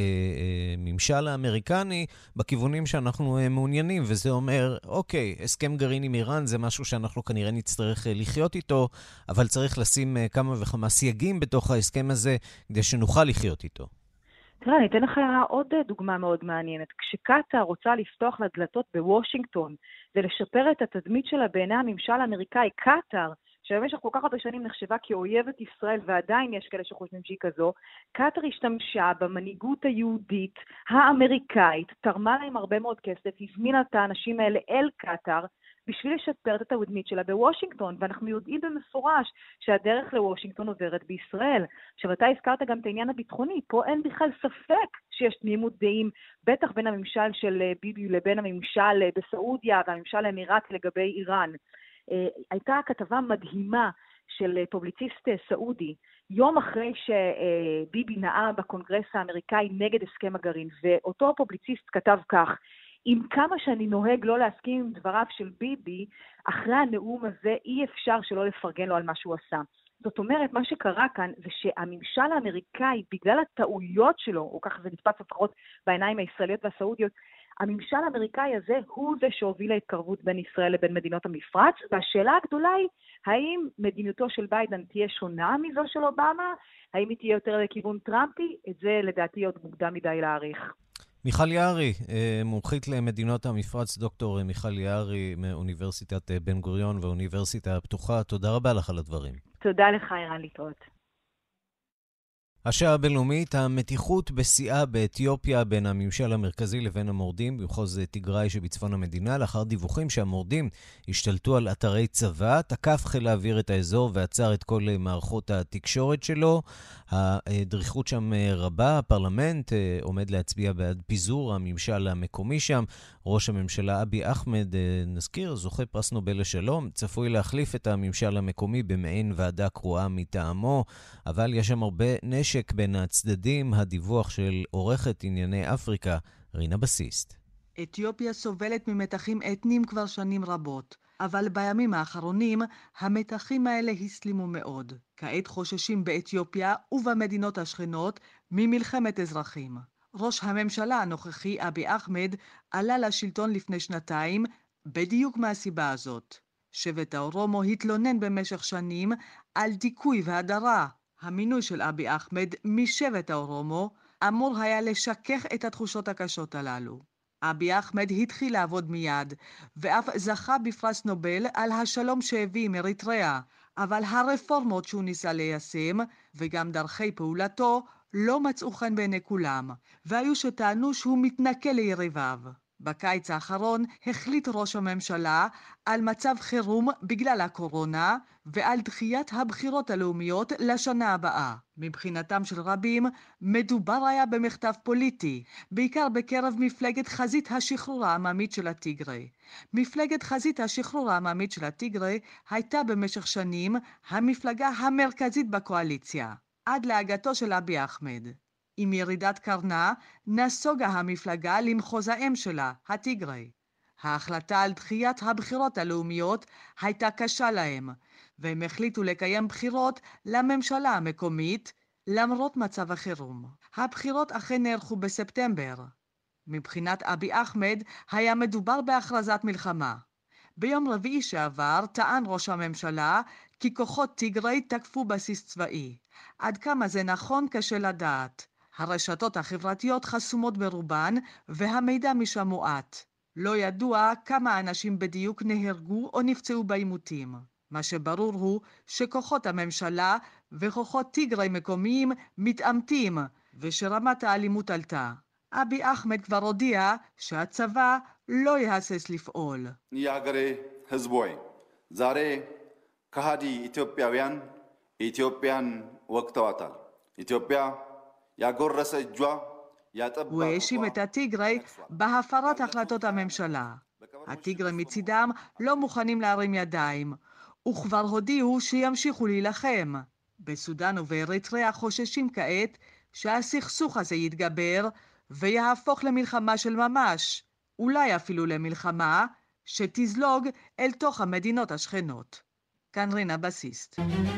הממשל האמריקני בכיוונים שאנחנו מעוניינים, וזה אומר, אוקיי, הסכם גרעין עם איראן זה משהו שאנחנו כנראה נצטרך לחיות איתו, אבל צריך לשים כמה וכמה סייגים בתוך ההסכם הזה, כדי שנוכל לחיות איתו. תראה, אני אתן לך עוד דוגמה מאוד מעניינת. כשקטאר רוצה לפתוח לדלתות בוושינגטון ולשפר את התדמית שלה בעיני הממשל האמריקאי, קטאר, שבמשך כל כך הרבה שנים נחשבה כאויבת ישראל, ועדיין יש כאלה שחושבים שהיא כזו, קטאר השתמשה במנהיגות היהודית האמריקאית, תרמה להם הרבה מאוד כסף, הזמינה את האנשים האלה אל קטאר, בשביל לשפר את התדמית שלה בוושינגטון, ואנחנו יודעים במפורש שהדרך לוושינגטון עוברת בישראל. עכשיו, אתה הזכרת גם את העניין הביטחוני, פה אין בכלל ספק שיש תמימות דעים, בטח בין הממשל של ביבי לבין הממשל בסעודיה והממשל האמירתי לגבי איראן. הייתה כתבה מדהימה של פובליציסט סעודי, יום אחרי שביבי נאם בקונגרס האמריקאי נגד הסכם הגרעין, ואותו פובליציסט כתב כך, עם כמה שאני נוהג לא להסכים עם דבריו של ביבי, אחרי הנאום הזה אי אפשר שלא לפרגן לו על מה שהוא עשה. זאת אומרת, מה שקרה כאן זה שהממשל האמריקאי, בגלל הטעויות שלו, או ככה זה נתפס לפחות בעיניים הישראליות והסעודיות, הממשל האמריקאי הזה הוא זה שהוביל להתקרבות בין ישראל לבין מדינות המפרץ, והשאלה הגדולה היא, האם מדיניותו של ביידן תהיה שונה מזו של אובמה? האם היא תהיה יותר לכיוון טראמפי? את זה לדעתי עוד מוקדם מדי להעריך. מיכל יערי, מומחית למדינות המפרץ, דוקטור מיכל יערי מאוניברסיטת בן גוריון והאוניברסיטה הפתוחה, תודה רבה לך על הדברים. תודה לך, ערן, להתראות. השעה הבינלאומית, המתיחות בשיאה באתיופיה בין הממשל המרכזי לבין המורדים במחוז תיגראי שבצפון המדינה, לאחר דיווחים שהמורדים השתלטו על אתרי צבא, תקף חיל האוויר את האזור ועצר את כל מערכות התקשורת שלו. הדריכות שם רבה, הפרלמנט עומד להצביע בעד פיזור הממשל המקומי שם. ראש הממשלה אבי אחמד, נזכיר, זוכה פרס נובל לשלום, צפוי להחליף את הממשל המקומי במעין ועדה קרואה מטעמו, אבל יש שם הרבה נשק בין הצדדים. הדיווח של עורכת ענייני אפריקה, רינה בסיסט. אתיופיה סובלת ממתחים אתניים כבר שנים רבות, אבל בימים האחרונים המתחים האלה הסלימו מאוד. כעת חוששים באתיופיה ובמדינות השכנות ממלחמת אזרחים. ראש הממשלה הנוכחי אבי אחמד עלה לשלטון לפני שנתיים בדיוק מהסיבה הזאת. שבט האורומו התלונן במשך שנים על דיכוי והדרה. המינוי של אבי אחמד משבט האורומו אמור היה לשכך את התחושות הקשות הללו. אבי אחמד התחיל לעבוד מיד, ואף זכה בפרס נובל על השלום שהביא עם אריתריאה, אבל הרפורמות שהוא ניסה ליישם, וגם דרכי פעולתו, לא מצאו חן בעיני כולם, והיו שטענו שהוא מתנכל ליריביו. בקיץ האחרון החליט ראש הממשלה על מצב חירום בגלל הקורונה ועל דחיית הבחירות הלאומיות לשנה הבאה. מבחינתם של רבים מדובר היה במחטף פוליטי, בעיקר בקרב מפלגת חזית השחרור העממית של הטיגרי. מפלגת חזית השחרור העממית של הטיגרי הייתה במשך שנים המפלגה המרכזית בקואליציה. עד להגעתו של אבי אחמד. עם ירידת קרנה נסוגה המפלגה למחוז האם שלה, הטיגרי. ההחלטה על דחיית הבחירות הלאומיות הייתה קשה להם, והם החליטו לקיים בחירות לממשלה המקומית, למרות מצב החירום. הבחירות אכן נערכו בספטמבר. מבחינת אבי אחמד היה מדובר בהכרזת מלחמה. ביום רביעי שעבר טען ראש הממשלה כי כוחות טיגרי תקפו בסיס צבאי. עד כמה זה נכון קשה לדעת. הרשתות החברתיות חסומות ברובן והמידע משם מועט. לא ידוע כמה אנשים בדיוק נהרגו או נפצעו בעימותים. מה שברור הוא שכוחות הממשלה וכוחות טיגרי מקומיים מתעמתים ושרמת האלימות עלתה. אבי אחמד כבר הודיע שהצבא לא יהסס לפעול. יאגרי ህዝቦይ ዛሬ ከሃዲ ኢትዮጵያውያን ኢትዮጵያን ወቅተዋታል. ኢትዮጵያ ያጎረሰ እጇ ያጠባ הוא האשים את הטיגרי בהפרת החלטות הממשלה. הטיגרי מצידם לא מוכנים להרים ידיים, וכבר הודיעו שימשיכו להילחם. בסודן ובאריתריאה חוששים כעת שהסכסוך הזה יתגבר ויהפוך למלחמה של ממש, אולי אפילו למלחמה שתזלוג אל תוך המדינות השכנות. כאן רינה בסיסט.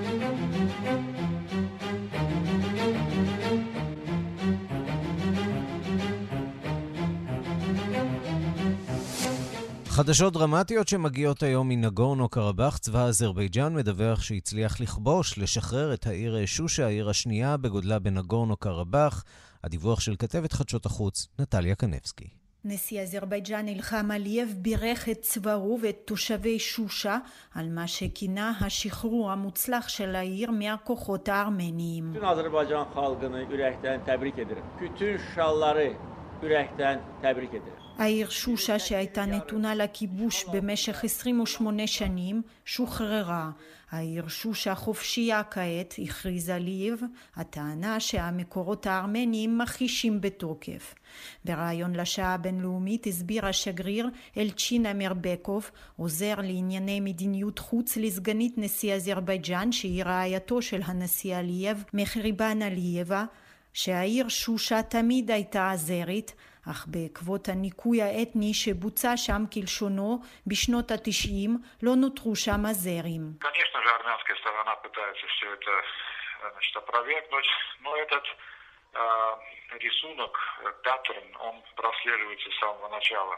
חדשות דרמטיות שמגיעות היום מנגורנו קרבאח. צבא אזרבייג'אן מדווח שהצליח לכבוש, לשחרר את העיר שושה, העיר השנייה בגודלה בנגורנו קרבאח. הדיווח של כתבת חדשות החוץ, נטליה קנבסקי. נשיא אזרבייג'אן אילחם עליייב בירך את צבאו ואת תושבי שושה על מה שכינה השחרור המוצלח של העיר מהכוחות הארמניים. Bütün Azərbaycan xalqını ürəkdən təbrik edirəm. Bütün şalları ürəkdən təbrik edirəm. העיר שושה שהייתה נתונה לכיבוש במשך עשרים ושמונה שנים שוחררה. העיר שושה חופשייה כעת, הכריז עליייב, הטענה שהמקורות הארמניים מכחישים בתוקף. ברעיון לשעה הבינלאומית הסביר השגריר אלצ'ין מירבקוב, עוזר לענייני מדיניות חוץ לסגנית נשיא אזרבייג'אן שהיא רעייתו של הנשיא עליייב, מחריבן עלייבה, שהעיר שושה תמיד הייתה אזרית, אך בעקבות הניקוי האתני שבוצע שם כלשונו בשנות התשעים לא נותרו שם אזרים. Конечно же, армянская сторона пытается все это, значит, опровергнуть, но этот э, рисунок, паттерн, он прослеживается с самого начала.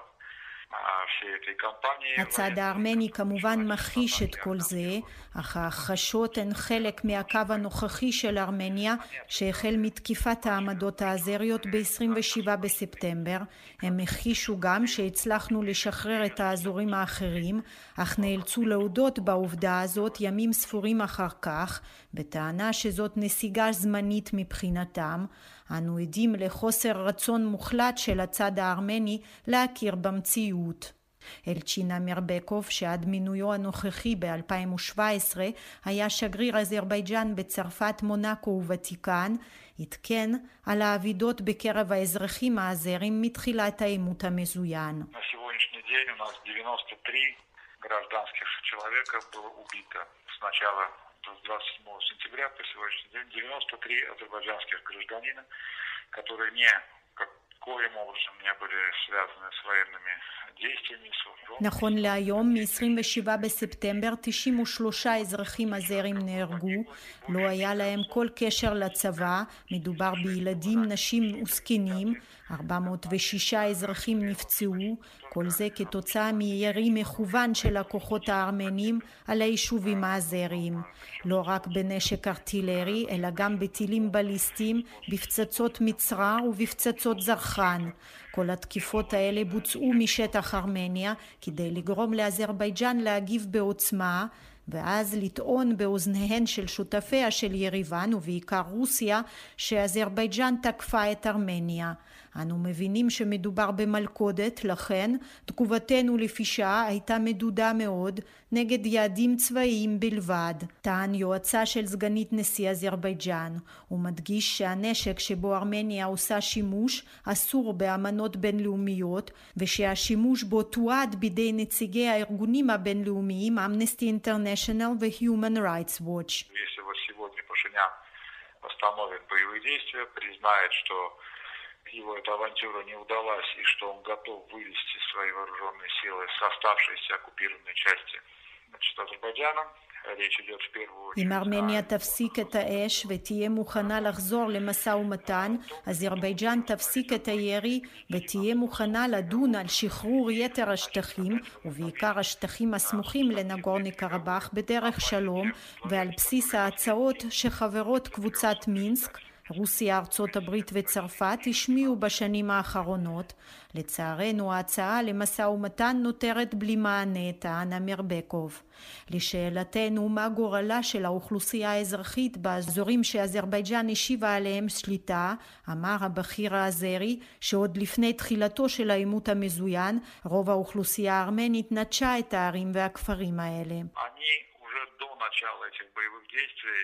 הצד הארמני כמובן מכחיש את כל זה, אך ההכחשות הן חלק מהקו הנוכחי של ארמניה שהחל מתקיפת העמדות האזריות ב-עשרים ושבעה בספטמבר. הם הכחישו גם שהצלחנו לשחרר את האזורים האחרים, אך נאלצו להודות בעובדה הזאת ימים ספורים אחר כך, בטענה שזאת נסיגה זמנית מבחינתם. אנו עדים לחוסר רצון מוחלט של הצד הארמני להכיר במציאות. אלצ'ין מירבקוב, שעד מינויו הנוכחי ב-אלפיים ושבע עשרה היה שגריר אזרבייג'אן בצרפת, מונקו וותיקן, התקן על העבידות בקרב האזרחים האזרים מתחילת העימות המזוין. На сегодняшний день у нас девяносто три гражданских человека было убито с начала с двадцать седьмого сентября по сегодняшний день девяносто три азербайджанских гражданина, которые не каким образом не были связаны с военными действиями. נכון להיום, מ-עשרים ושבעה בספטמבר, תשעים ושלושה אזרחים אזרים נהרגו, לא היה להם כל קשר לצבא, מדובר בילדים, נשים וזקנים, ארבע מאות ושישה אזרחים נפצעו, כל זה כתוצאה מירי מכוון של הכוחות הארמנים על היישובים האזריים. לא רק בנשק ארטילרי, אלא גם בטילים בליסטיים, בפצצות מצרר ובפצצות זרחן. כל התקיפות האלה בוצעו משטח ארמניה כדי לגרום לאזרבייג'אן להגיב בעוצמה, ואז לטעון באוזניהן של שותפיה של יריבן ובעיקר רוסיה שאזרבייג'אן תקפה את ארמניה. אנו מבינים שמדובר במלכודת, לכן תגובתנו לפשעה הייתה מדודה מאוד נגד יעדים צבאיים בלבד. טען יועצה של סגנית נשיא אזרבייג'אן. הוא מדגיש שהנשק שבו ארמניה עושה שימוש אסור באמנות בינלאומיות, ושהשימוש בו תועד בידי נציגי הארגונים הבינלאומיים Amnesty International ו-Human Rights Watch. остановит боевые действия, признает, что его эта авантюра не удалась и что он готов вывести свои вооруженные силы с оставшейся оккупированной части, значит, Азербайджана. אם ארמניה תפסיק את האש ותהיה מוכנה לחזור למשא ומתן, אזרבייג'אן תפסיק את הירי ותהיה מוכנה לדון על שחרור יתר השטחים, ובעיקר השטחים הסמוכים לנגורני קרבאח בדרך שלום, ועל בסיס ההצעות שחברות קבוצת מינסק, רוסיה, ארצות הברית וצרפת השמיעו בשנים האחרונות. לצערנו ההצעה למשא ומתן נותרת בלי מענה, טען מירבקוב. לשאלתנו מה גורלה של האוכלוסייה האזרחית באזורים שאזרבייג'אן השיבה עליהם שליטה, אמר הבכיר האזרי שעוד לפני תחילתו של העימות המזוין, רוב האוכלוסייה הארמנית נטשה את הערים והכפרים האלה. אני уже до начала этих боевых действий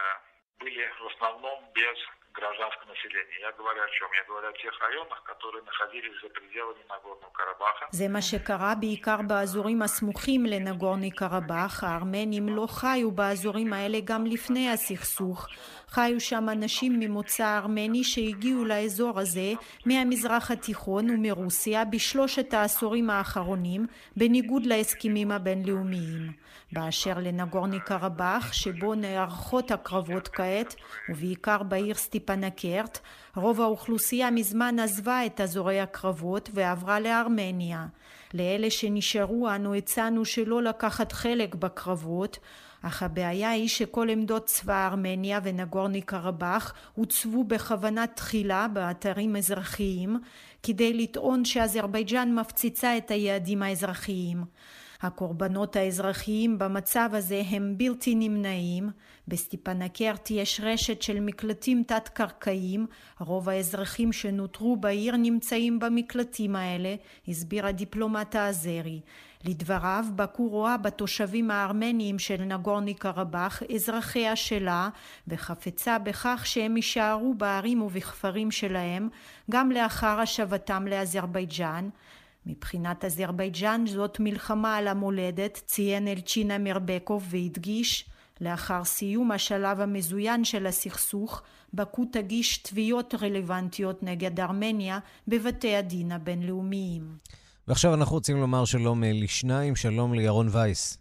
были в основном без гражданского населения. Я говорю о чем? Я говорю о тех районах, которые находились за пределами Нагорного Карабаха. זה מה שקרה בעיקר באזורים הסמוכים לנגורני קרבאח. הארמנים לא חיו באזורים האלה גם לפני הסכסוך. חיו שם אנשים ממוצא ארמני שהגיעו לאזור הזה מהמזרח התיכון ומרוסיה בשלושת העשורים האחרונים, בניגוד להסכמים הבינלאומיים. באשר לנגורני קרבאח, שבו נערכות הקרבות כעת, ובעיקר בעיר סטיפנקרט, רוב האוכלוסייה מזמן עזבה את אזורי הקרבות ועברה לארמניה. לאלה שנשארו אנו הצענו שלא לקחת חלק בקרבות, אך הבעיה היא שכל עמדות צבא ארמניה ונגורני קרבאח הוצבו בכוונת תחילה באתרים אזרחיים, כדי לטעון שאזרבייג'אן מפציצה את היעדים האזרחיים. הקורבנות האזרחיים במצב הזה הם בלתי נמנעים. בסטיפנקרט יש רשת של מקלטים תת-קרקעיים. רוב האזרחים שנותרו בעיר נמצאים במקלטים האלה, הסביר הדיפלומט האזרי. לדבריו, בקו רואה בתושבים הארמניים של נגורני קרבאח אזרחיה שלה, וחפצה בכך שהם יישארו בערים ובכפרים שלהם, גם לאחר השבתם לאזרבייג'אן. מבחינת אזרבייג'אן זאת מלחמה על המולדת, ציין אלצ'ינה מירבקוב והדגיש, לאחר סיום השלב המזוין של הסכסוך, בקו תגיש תביעות רלוונטיות נגד ארמניה בבתי הדין הבינלאומיים. ועכשיו אנחנו רוצים לומר שלום לשניים, שלום לירון וייס.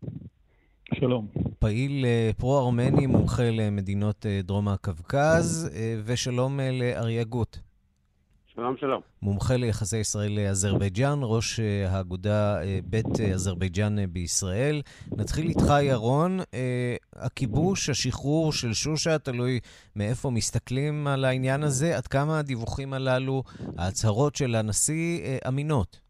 שלום. פעיל פרו-ארמני, מומחה למדינות דרום הקווקז, ושלום לאריה גוט. שלום, שלום. מומחה ליחסי ישראל-אזרבייג'אן, ראש האגודה בית אזרבייג'אן בישראל. נתחיל איתך, ירון. הכיבוש, השחרור של שושא, תלוי מאיפה מסתכלים על העניין הזה, עד כמה הדיווחים הללו, ההצהרות של הנשיא, אמינות?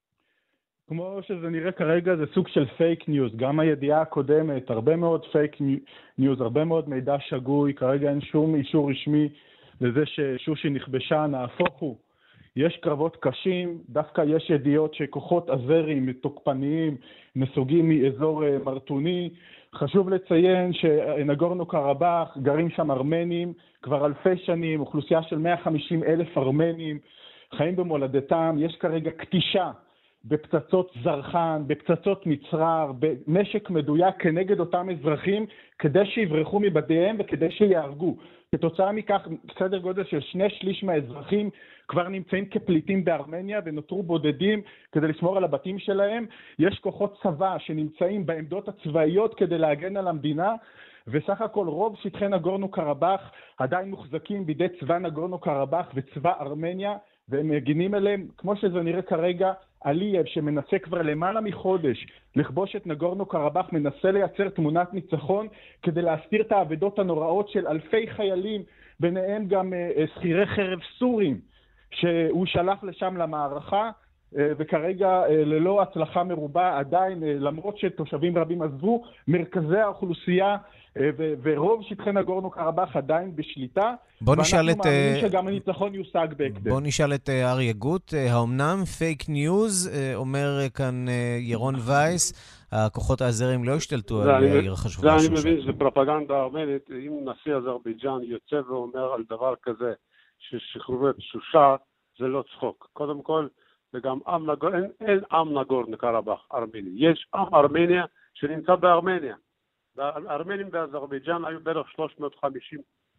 כמו שזה נראה כרגע, זה סוג של פייק ניוז. גם הידיעה הקודמת, הרבה מאוד פייק ניוז, הרבה מאוד מידע שגוי. כרגע אין שום אישור רשמי לזה ששושי נכבשה. נהפוך הוא. יש קרבות קשים, דווקא יש ידיעות שכוחות אזרים תוקפניים נסוגים מאזור מרטוני. חשוב לציין שנגורנו קרבאח, גרים שם ארמנים כבר אלפי שנים, אוכלוסייה של מאה וחמישים אלף ארמנים, חיים במולדתם. יש כרגע קטישה בפצצות זרחן, בפצצות מצרר, בנשק מדויק כנגד אותם אזרחים, כדי שיברחו מבתיהם וכדי שיהרגו. כתוצאה מכך, סדר גודל של שני שליש מהאזרחים כבר נמצאים כפליטים בארמניה ונותרו בודדים כדי לשמור על הבתים שלהם. יש כוחות צבא שנמצאים בעמדות הצבאיות כדי להגן על המדינה, וסך הכל רוב שטחי נגורנו קרבאח עדיין מוחזקים בידי צבא נגורנו קרבאח וצבא ארמניה, והם מגינים אליהם. כמו שזה נראה כרגע, עליאב שמנסה כבר למעלה מחודש לכבוש את נגורנו קרבאח, מנסה לייצר תמונת ניצחון כדי להסתיר את העבדות הנוראות של אלפי חיילים, ביניהם גם שכירי חרב סורים שהוא שלח לשם למערכה, וכרגע ללא הצלחה מרובה. עדיין, למרות שתושבים רבים עזבו, מרכזי האוכלוסייה ורוב שטחי נגורנו קרבאח עדיין בשליטה. בוא נשאל את... ואנחנו מאמינים שגם הניצחון יושג בהקדם. בוא נשאל את אריה גוט. האומנם פייק ניוז, אומר כאן ירון וייס, הכוחות האזרים לא השתלטו על העיר החשובה שושא. זה אני מבין, זה פרופגנדה ארמנית. אם נשיא אזרבייג'אן יוצא ואומר על דבר כזה ששחררו את שושא, זה לא צחוק. קודם כל, וגם עם נגור, אין, אין עם נגורנו קרבאח ארמני. יש עם ארמניה שנמצא בארמניה. הארמנים באזרבייג'אן היו בערך שלוש מאות וחמישים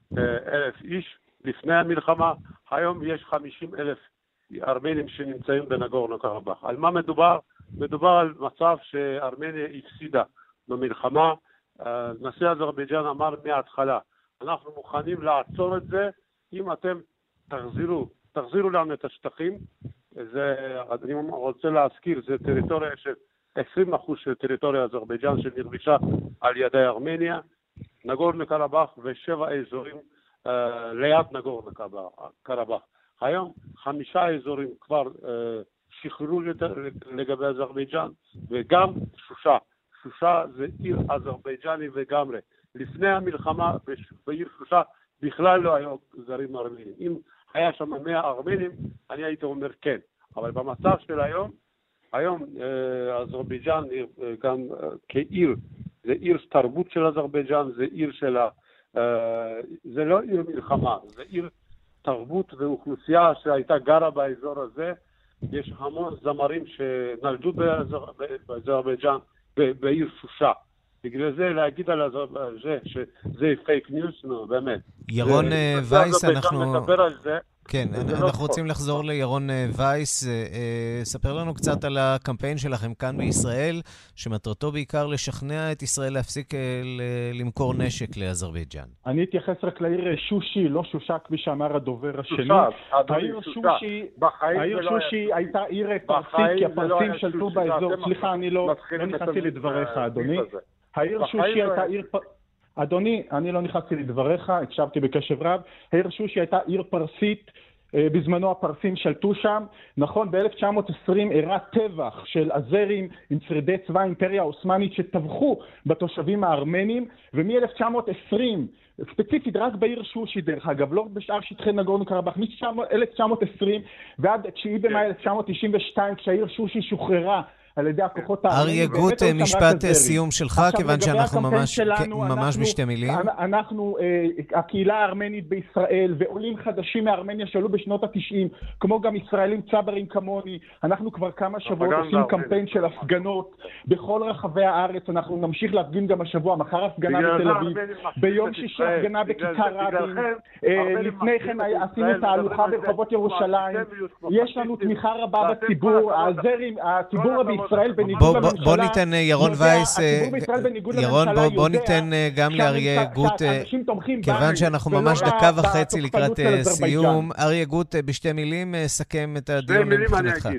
אלף איש לפני המלחמה, היום יש חמישים אלף ארמנים שנמצאים בנגורנו קרבאח. על מה מדובר? מדובר על מצב שארמניה הפסידה במלחמה. נשיא אזרבייג'אן אמר מההתחלה, אנחנו מוכנים לעצור את זה אם אתם תחזירו, תחזירו לנו את השטחים. זה, אני רוצה להזכיר, זה טריטוריה של עשרים אחוז של טריטוריה אזרבייג'אן שנכבשה על ידי ארמניה, נגורנו קרבאח ושבע אזורים uh, ליד נגורנו קרבאח. היום חמישה אזורים כבר uh, שחררו לגבי אזרבייג'אן, וגם שושה. שושה זה עיר אזרבייג'ני וגמרי. לפני המלחמה בעיר שושה בכלל לא היו זרים ארמנים. אם היה שם מאה ארמנים, אני הייתי אומר כן. אבל במצב של היום, היום אזרבייג'ן גם כעיר, זה עיר תרבות של אזרבייג'ן, זה עיר של ה... זה לא עיר מלחמה, זה עיר תרבות ואוכלוסייה שהייתה גרה באזור הזה. יש המון זמרים שנולדו באזרבייג'ן, בעיר שושה. בגלל זה להגיד על זה שזה פייק ניוס, נו, באמת. ירון וייס, אנחנו... מדבר על זה. כן, אנחנו רוצים לחזור לירון וייס. ספר לנו קצת על הקמפיין שלכם כאן בישראל, שמטרתו בעיקר לשכנע את ישראל להפסיק למכור נשק לאזרבייג'אן. אני אתייחס רק לעיר שושי, לא שושה, כפי שאמר הדובר השני. העיר שושי, העיר שושי הייתה עיר פרסית, כי הפרסים שלטו באזור. סליחה, אני לא נכנסתי לדבריך, אדוני. העיר שושי הייתה עיר... אדוני, אני לא נכנסתי לדבריך, הקשבתי בקשב רב. העיר שושי הייתה עיר פרסית, בזמנו הפרסים שלטו שם. נכון, ב-אלף תשע מאות עשרים אירע טבח של אזרים עם שרידי צבא האימפריה האוסמנית שטבחו בתושבים הארמנים, ומ-אלף תשע מאות עשרים, ספציפית רק בעיר שושי דרך אגב, לא בשאר שטחי נגורנו קרבאח, מ-אלף תשע מאות עשרים ועד תשיעי במאי אלף תשע מאות תשעים ושתיים, כשהעיר שושי שוחררה על ידי הכוחות הארמנים. אריה גוט, משפט סיום שלך, כיוון שאנחנו ממש בשתי מילים. אנחנו, הקהילה הארמנית בישראל, ועולים חדשים מארמניה שעלו בשנות ה-תשעים, כמו גם ישראלים צברים כמוני, אנחנו כבר כמה שבועות עושים קמפיין של הפגנות בכל רחבי הארץ. אנחנו נמשיך להפגין גם השבוע, מחר הפגנה בתל אביב, ביום שישי הפגנה בכיכר רבין, לפני כן עשינו תהלוכה ברחובות ירושלים. יש לנו תמיכה רבה בציבור, הציבור בישראל בוא ניתן ירון וייס, ירון בוא ניתן גם לאריה גוט, כיוון שאנחנו ממש דקה וחצי לקראת סיום. אריה גוט, בשתי מילים, סכם את הדיון מבחינתך.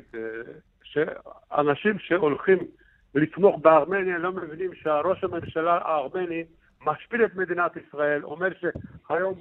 שאנשים שהולכים לתמוך בארמניה לא מבינים שהראש הממשלה הארמני משפיל את מדינת ישראל, אומר שהיום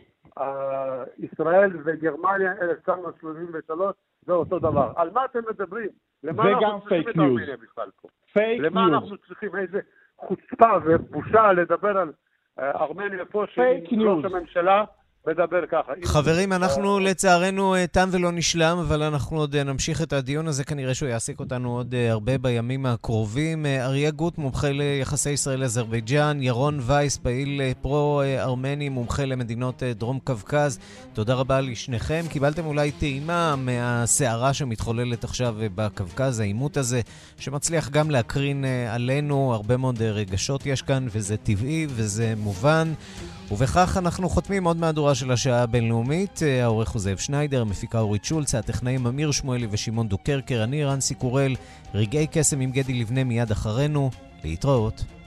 ישראל וגרמניה אלף תשע מאות שלושים ושלוש זה אותו דבר. על מה אתם מדברים? למה אנחנו צריכים את ארמניה בכלל פה? למה אנחנו צריכים איזה חוצפה ובושה לדבר על ארמניה פה שראש הממשלה מדבר ככה? חברים, אנחנו לצערנו תם ולא נשלם, אבל אנחנו עוד נמשיך את הדיון הזה, כנראה שהוא יעסיק אותנו עוד הרבה בימים הקרובים. אריה גוט, מומחה ליחסי ישראל-אזרבייג'אן, ירון וייס, פעיל פרו-ארמני, מומחה למדינות דרום קווקז. תודה רבה לשניכם. קיבלתם אולי טעימה מהסערה שמתחוללת עכשיו בקווקז, העימות הזה, שמצליח גם להקרין עלינו. הרבה מאוד רגשות יש כאן, וזה טבעי וזה מובן. ובכך אנחנו חותמים עוד מהדורה של השעה הבינלאומית. העורך הוא זאב שניידר, מפיקה אורית שולץ, הטכנאים אמיר שמואלי ושמעון דוקרקר, אני רנסי קורל. רגעי קסם עם גדי לבנה מיד אחרינו. להתראות.